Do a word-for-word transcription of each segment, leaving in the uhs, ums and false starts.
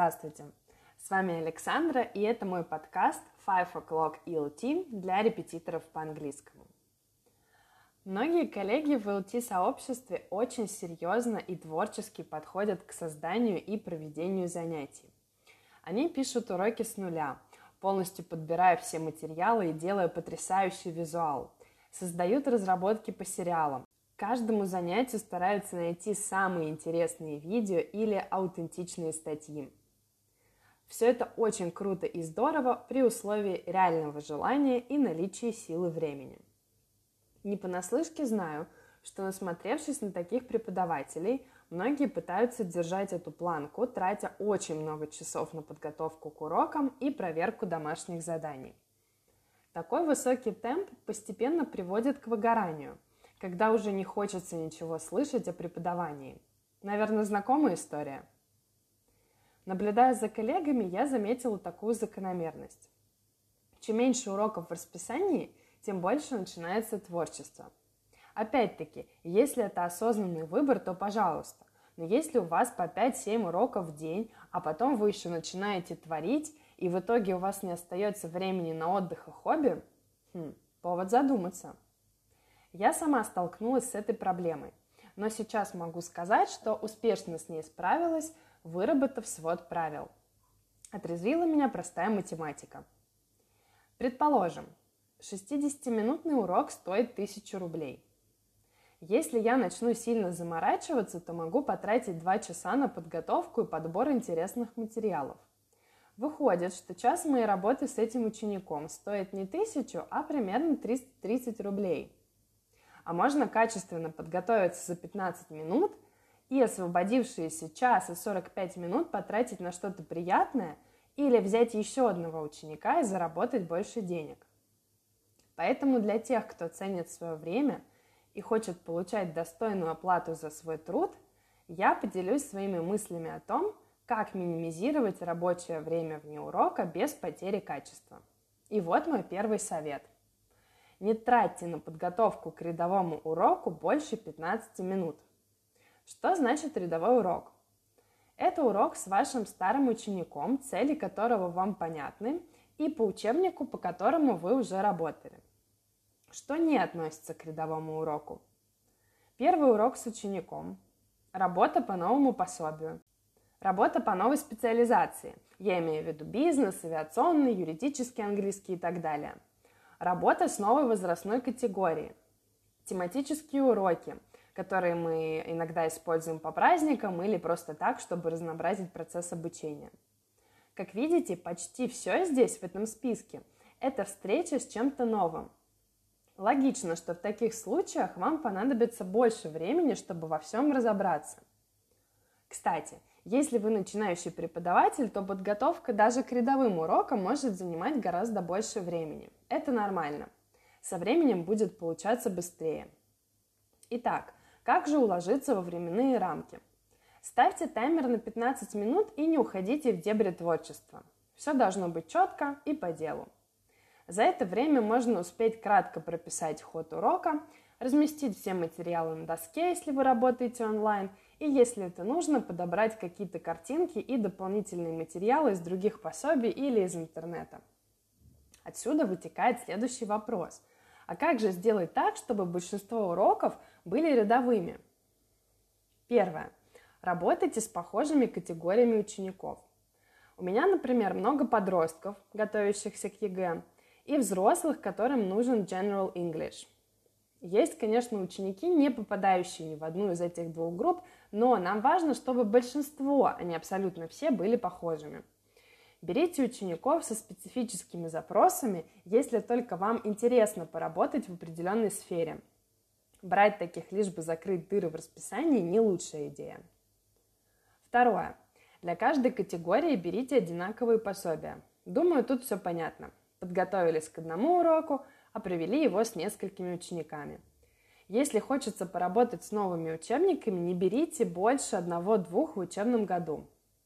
Здравствуйте! С вами Александра, и это мой подкаст Five O'Clock и эл ти для репетиторов по английскому. Многие коллеги в эл ти-сообществе очень серьезно и творчески подходят к созданию и проведению занятий. Они пишут уроки с нуля, полностью подбирая все материалы и делая потрясающий визуал. Создают разработки по сериалам. Каждому занятию стараются найти самые интересные видео или аутентичные статьи. Все это очень круто и здорово при условии реального желания и наличия силы времени. Не понаслышке знаю, что, насмотревшись на таких преподавателей, многие пытаются держать эту планку, тратя очень много часов на подготовку к урокам и проверку домашних заданий. Такой высокий темп постепенно приводит к выгоранию, когда уже не хочется ничего слышать о преподавании. Наверное, знакомая история? Наблюдая за коллегами, я заметила такую закономерность. Чем меньше уроков в расписании, тем больше начинается творчество. Опять-таки, если это осознанный выбор, то пожалуйста. Но если у вас по пять-семь уроков в день, а потом вы еще начинаете творить, и в итоге у вас не остается времени на отдых и хобби, хм, повод задуматься. Я сама столкнулась с этой проблемой, но сейчас могу сказать, что успешно с ней справилась, выработав свод правил. Отрезвила меня простая математика. Предположим, шестидесятиминутный урок стоит тысячу рублей. Если я начну сильно заморачиваться, то могу потратить два часа на подготовку и подбор интересных материалов. Выходит, что час моей работы с этим учеником стоит не тысячу, а примерно триста тридцать рублей. А можно качественно подготовиться за пятнадцать минут и освободившиеся час и сорок пять минут потратить на что-то приятное или взять еще одного ученика и заработать больше денег. Поэтому для тех, кто ценит свое время и хочет получать достойную оплату за свой труд, я поделюсь своими мыслями о том, как минимизировать рабочее время вне урока без потери качества. И вот мой первый совет. Не тратьте на подготовку к рядовому уроку больше пятнадцати минут. Что значит рядовой урок? Это урок с вашим старым учеником, цели которого вам понятны, и по учебнику, по которому вы уже работали. Что не относится к рядовому уроку? Первый урок с учеником. Работа по новому пособию. Работа по новой специализации. Я имею в виду бизнес, авиационный, юридический английский и так далее. Работа с новой возрастной категорией. Тематические уроки, которые мы иногда используем по праздникам или просто так, чтобы разнообразить процесс обучения. Как видите, почти все здесь, в этом списке, это встреча с чем-то новым. Логично, что в таких случаях вам понадобится больше времени, чтобы во всем разобраться. Кстати, если вы начинающий преподаватель, то подготовка даже к рядовым урокам может занимать гораздо больше времени. Это нормально. Со временем будет получаться быстрее. Итак, как же уложиться во временные рамки? Ставьте таймер на пятнадцать минут и не уходите в дебри творчества. Все должно быть четко и по делу. За это время можно успеть кратко прописать ход урока, разместить все материалы на доске, если вы работаете онлайн, и, если это нужно, подобрать какие-то картинки и дополнительные материалы из других пособий или из интернета. Отсюда вытекает следующий вопрос. А как же сделать так, чтобы большинство уроков были рядовыми? Первое. Работайте с похожими категориями учеников. У меня, например, много подростков, готовящихся к ЕГЭ, и взрослых, которым нужен General English. Есть, конечно, ученики, не попадающие ни в одну из этих двух групп, но нам важно, чтобы большинство, а не абсолютно все, были похожими. Берите учеников со специфическими запросами, если только вам интересно поработать в определенной сфере. Брать таких лишь бы закрыть дыры в расписании не лучшая идея. Второе. Для каждой категории берите одинаковые пособия. Думаю, тут все понятно. Подготовились к одному уроку, а провели его с несколькими учениками. Если хочется поработать с новыми учебниками, не берите больше одного-двух в учебном году.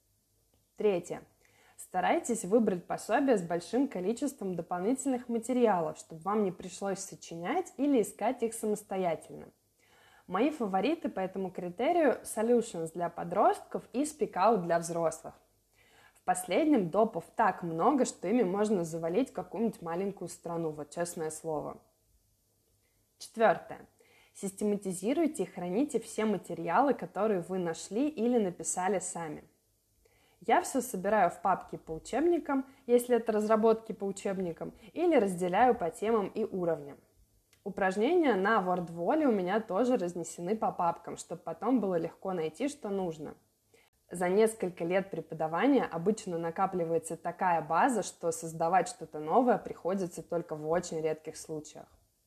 Третье. Старайтесь выбрать пособие с большим количеством дополнительных материалов, чтобы вам не пришлось сочинять или искать их самостоятельно. Мои фавориты по этому критерию Solutions для подростков и Speak Out для взрослых. В последнем допов так много, что ими можно завалить какую-нибудь маленькую страну, вот честное слово. Четвертое. Систематизируйте и храните все материалы, которые вы нашли или написали сами. Я все собираю в папки по учебникам, если это разработки по учебникам, или разделяю по темам и уровням. Упражнения на WordWall у меня тоже разнесены по папкам, чтобы потом было легко найти, что нужно. За несколько лет преподавания обычно накапливается такая база, что создавать что-то новое приходится только в очень редких случаях.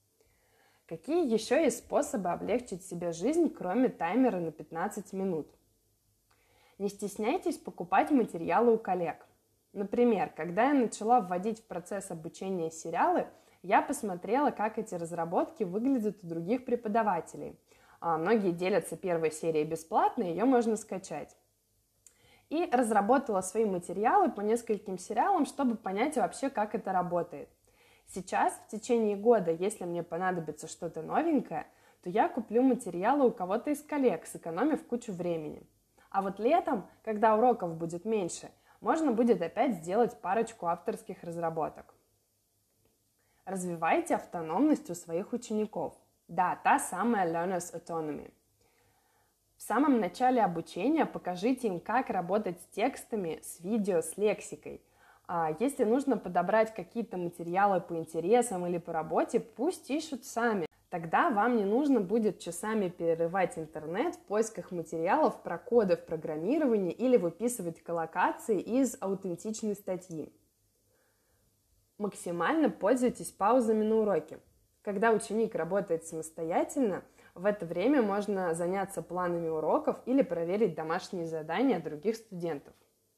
Какие еще есть способы облегчить себе жизнь, кроме таймера на пятнадцать минут? Не стесняйтесь покупать материалы у коллег. Например, когда я начала вводить в процесс обучения сериалы, я посмотрела, как эти разработки выглядят у других преподавателей. Многие делятся первой серией бесплатно, ее можно скачать. И разработала свои материалы по нескольким сериалам, чтобы понять вообще, как это работает. Сейчас, в течение года, если мне понадобится что-то новенькое, то я куплю материалы у кого-то из коллег, сэкономив кучу времени. А вот летом, когда уроков будет меньше, можно будет опять сделать парочку авторских разработок. Развивайте автономность у своих учеников. Да, та самая Learner's Autonomy. В самом начале обучения покажите им, как работать с текстами, с видео, с лексикой. Если нужно подобрать какие-то материалы по интересам или по работе, пусть ищут сами. Тогда вам не нужно будет часами перерывать интернет в поисках материалов про коды в программировании или выписывать коллокации из аутентичной статьи. Максимально пользуйтесь паузами на уроке. Когда ученик работает самостоятельно, в это время можно заняться планами уроков или проверить домашние задания других студентов.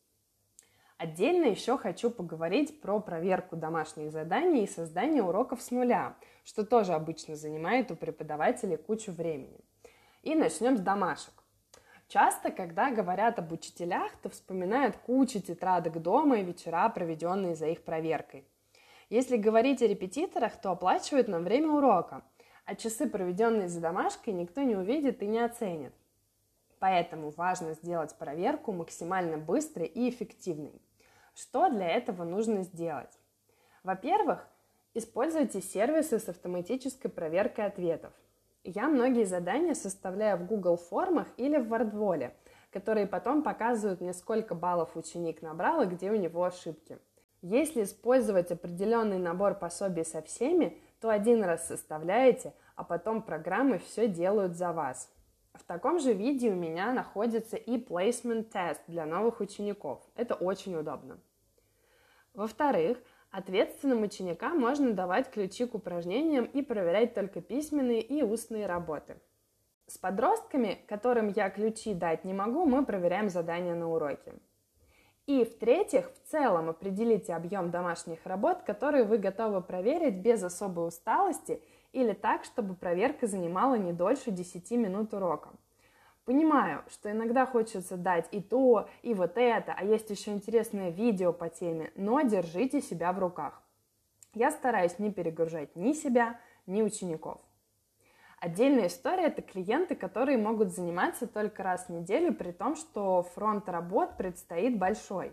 Отдельно еще хочу поговорить про проверку домашних заданий и создание уроков с нуля, что тоже обычно занимает у преподавателей кучу времени. И начнем с домашек. Часто, когда говорят об учителях, то вспоминают кучу тетрадок дома и вечера, проведенные за их проверкой. Если говорить о репетиторах, то оплачивают нам время урока, а часы, проведенные за домашкой, никто не увидит и не оценит. Поэтому важно сделать проверку максимально быстрой и эффективной. Что для этого нужно сделать? Во-первых, используйте сервисы с автоматической проверкой ответов. Я многие задания составляю в Google формах или в WordWall, которые потом показывают мне, сколько баллов ученик набрал и где у него ошибки. Если использовать определенный набор пособий со всеми, то один раз составляете, а потом программы все делают за вас. В таком же виде у меня находится и placement test для новых учеников. Это очень удобно. Во-вторых, ответственным ученикам можно давать ключи к упражнениям и проверять только письменные и устные работы. С подростками, которым я ключи дать не могу, мы проверяем задания на уроке. И в-третьих, в целом определите объем домашних работ, которые вы готовы проверить без особой усталости или так, чтобы проверка занимала не дольше десяти минут урока. Понимаю, что иногда хочется дать и то, и вот это, а есть еще интересное видео по теме, но держите себя в руках. Я стараюсь не перегружать ни себя, ни учеников. Отдельная история – это клиенты, которые могут заниматься только раз в неделю, при том, что фронт работ предстоит большой.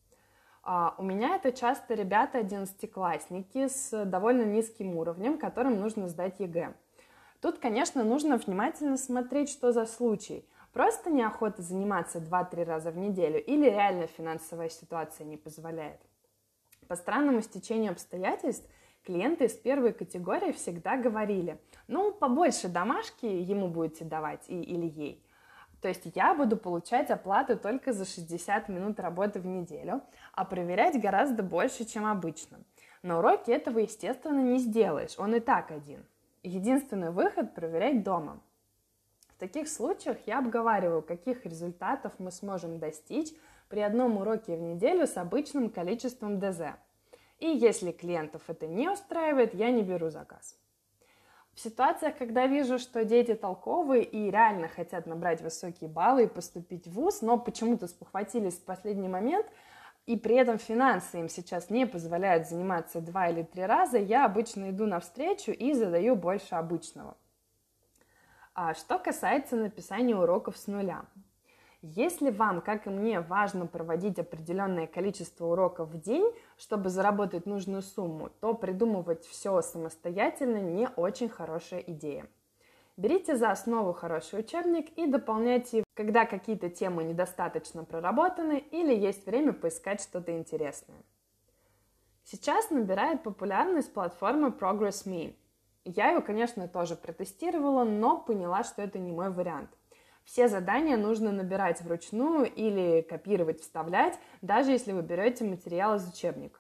Uh, у меня это часто ребята одиннадцатиклассники с довольно низким уровнем, которым нужно сдать ЕГЭ. Тут, конечно, нужно внимательно смотреть, что за случай. Просто неохота заниматься два-три раза в неделю или реально финансовая ситуация не позволяет. По странному стечению обстоятельств клиенты из первой категории всегда говорили: ну, побольше домашки ему будете давать и, или ей. То есть я буду получать оплату только за шестьдесят минут работы в неделю, а проверять гораздо больше, чем обычно. На уроке этого, естественно, не сделаешь, он и так один. Единственный выход – проверять дома. В таких случаях я обговариваю, каких результатов мы сможем достичь при одном уроке в неделю с обычным количеством ДЗ. И если клиентов это не устраивает, я не беру заказ. В ситуациях, когда вижу, что дети толковые и реально хотят набрать высокие баллы и поступить в вуз, но почему-то спохватились в последний момент, и при этом финансы им сейчас не позволяют заниматься два или три раза, я обычно иду навстречу и задаю больше обычного. А что касается написания уроков с нуля. Если вам, как и мне, важно проводить определенное количество уроков в день, чтобы заработать нужную сумму, то придумывать все самостоятельно не очень хорошая идея. Берите за основу хороший учебник и дополняйте, когда какие-то темы недостаточно проработаны или есть время поискать что-то интересное. Сейчас набирает популярность платформа Progress точка ми. Я ее, конечно, тоже протестировала, но поняла, что это не мой вариант. Все задания нужно набирать вручную или копировать, вставлять, даже если вы берете материал из учебника.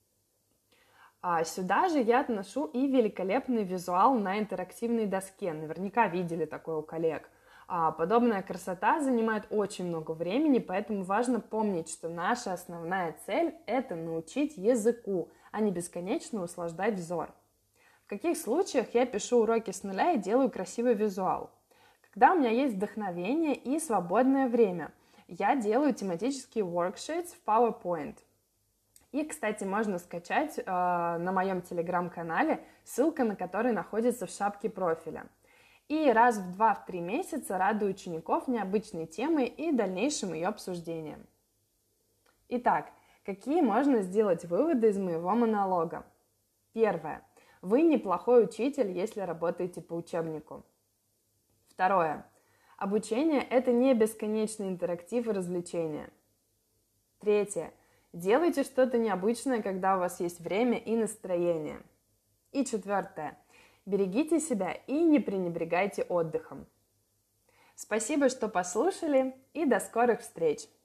А сюда же я отношу и великолепный визуал на интерактивной доске. Наверняка видели такое у коллег. А подобная красота занимает очень много времени, поэтому важно помнить, что наша основная цель – это научить языку, а не бесконечно услаждать взор. В каких случаях я пишу уроки с нуля и делаю красивый визуал? Когда у меня есть вдохновение и свободное время, я делаю тематические worksheets в PowerPoint. И, кстати, можно скачать э, на моем телеграм-канале, ссылка на который находится в шапке профиля. И раз в два-три месяца радую учеников необычной темой и дальнейшим ее обсуждением. Итак, какие можно сделать выводы из моего монолога? Первое. Вы неплохой учитель, если работаете по учебнику. Второе. Обучение – это не бесконечный интерактив и развлечения. Третье. Делайте что-то необычное, когда у вас есть время и настроение. И четвертое. Берегите себя и не пренебрегайте отдыхом. Спасибо, что послушали, и до скорых встреч!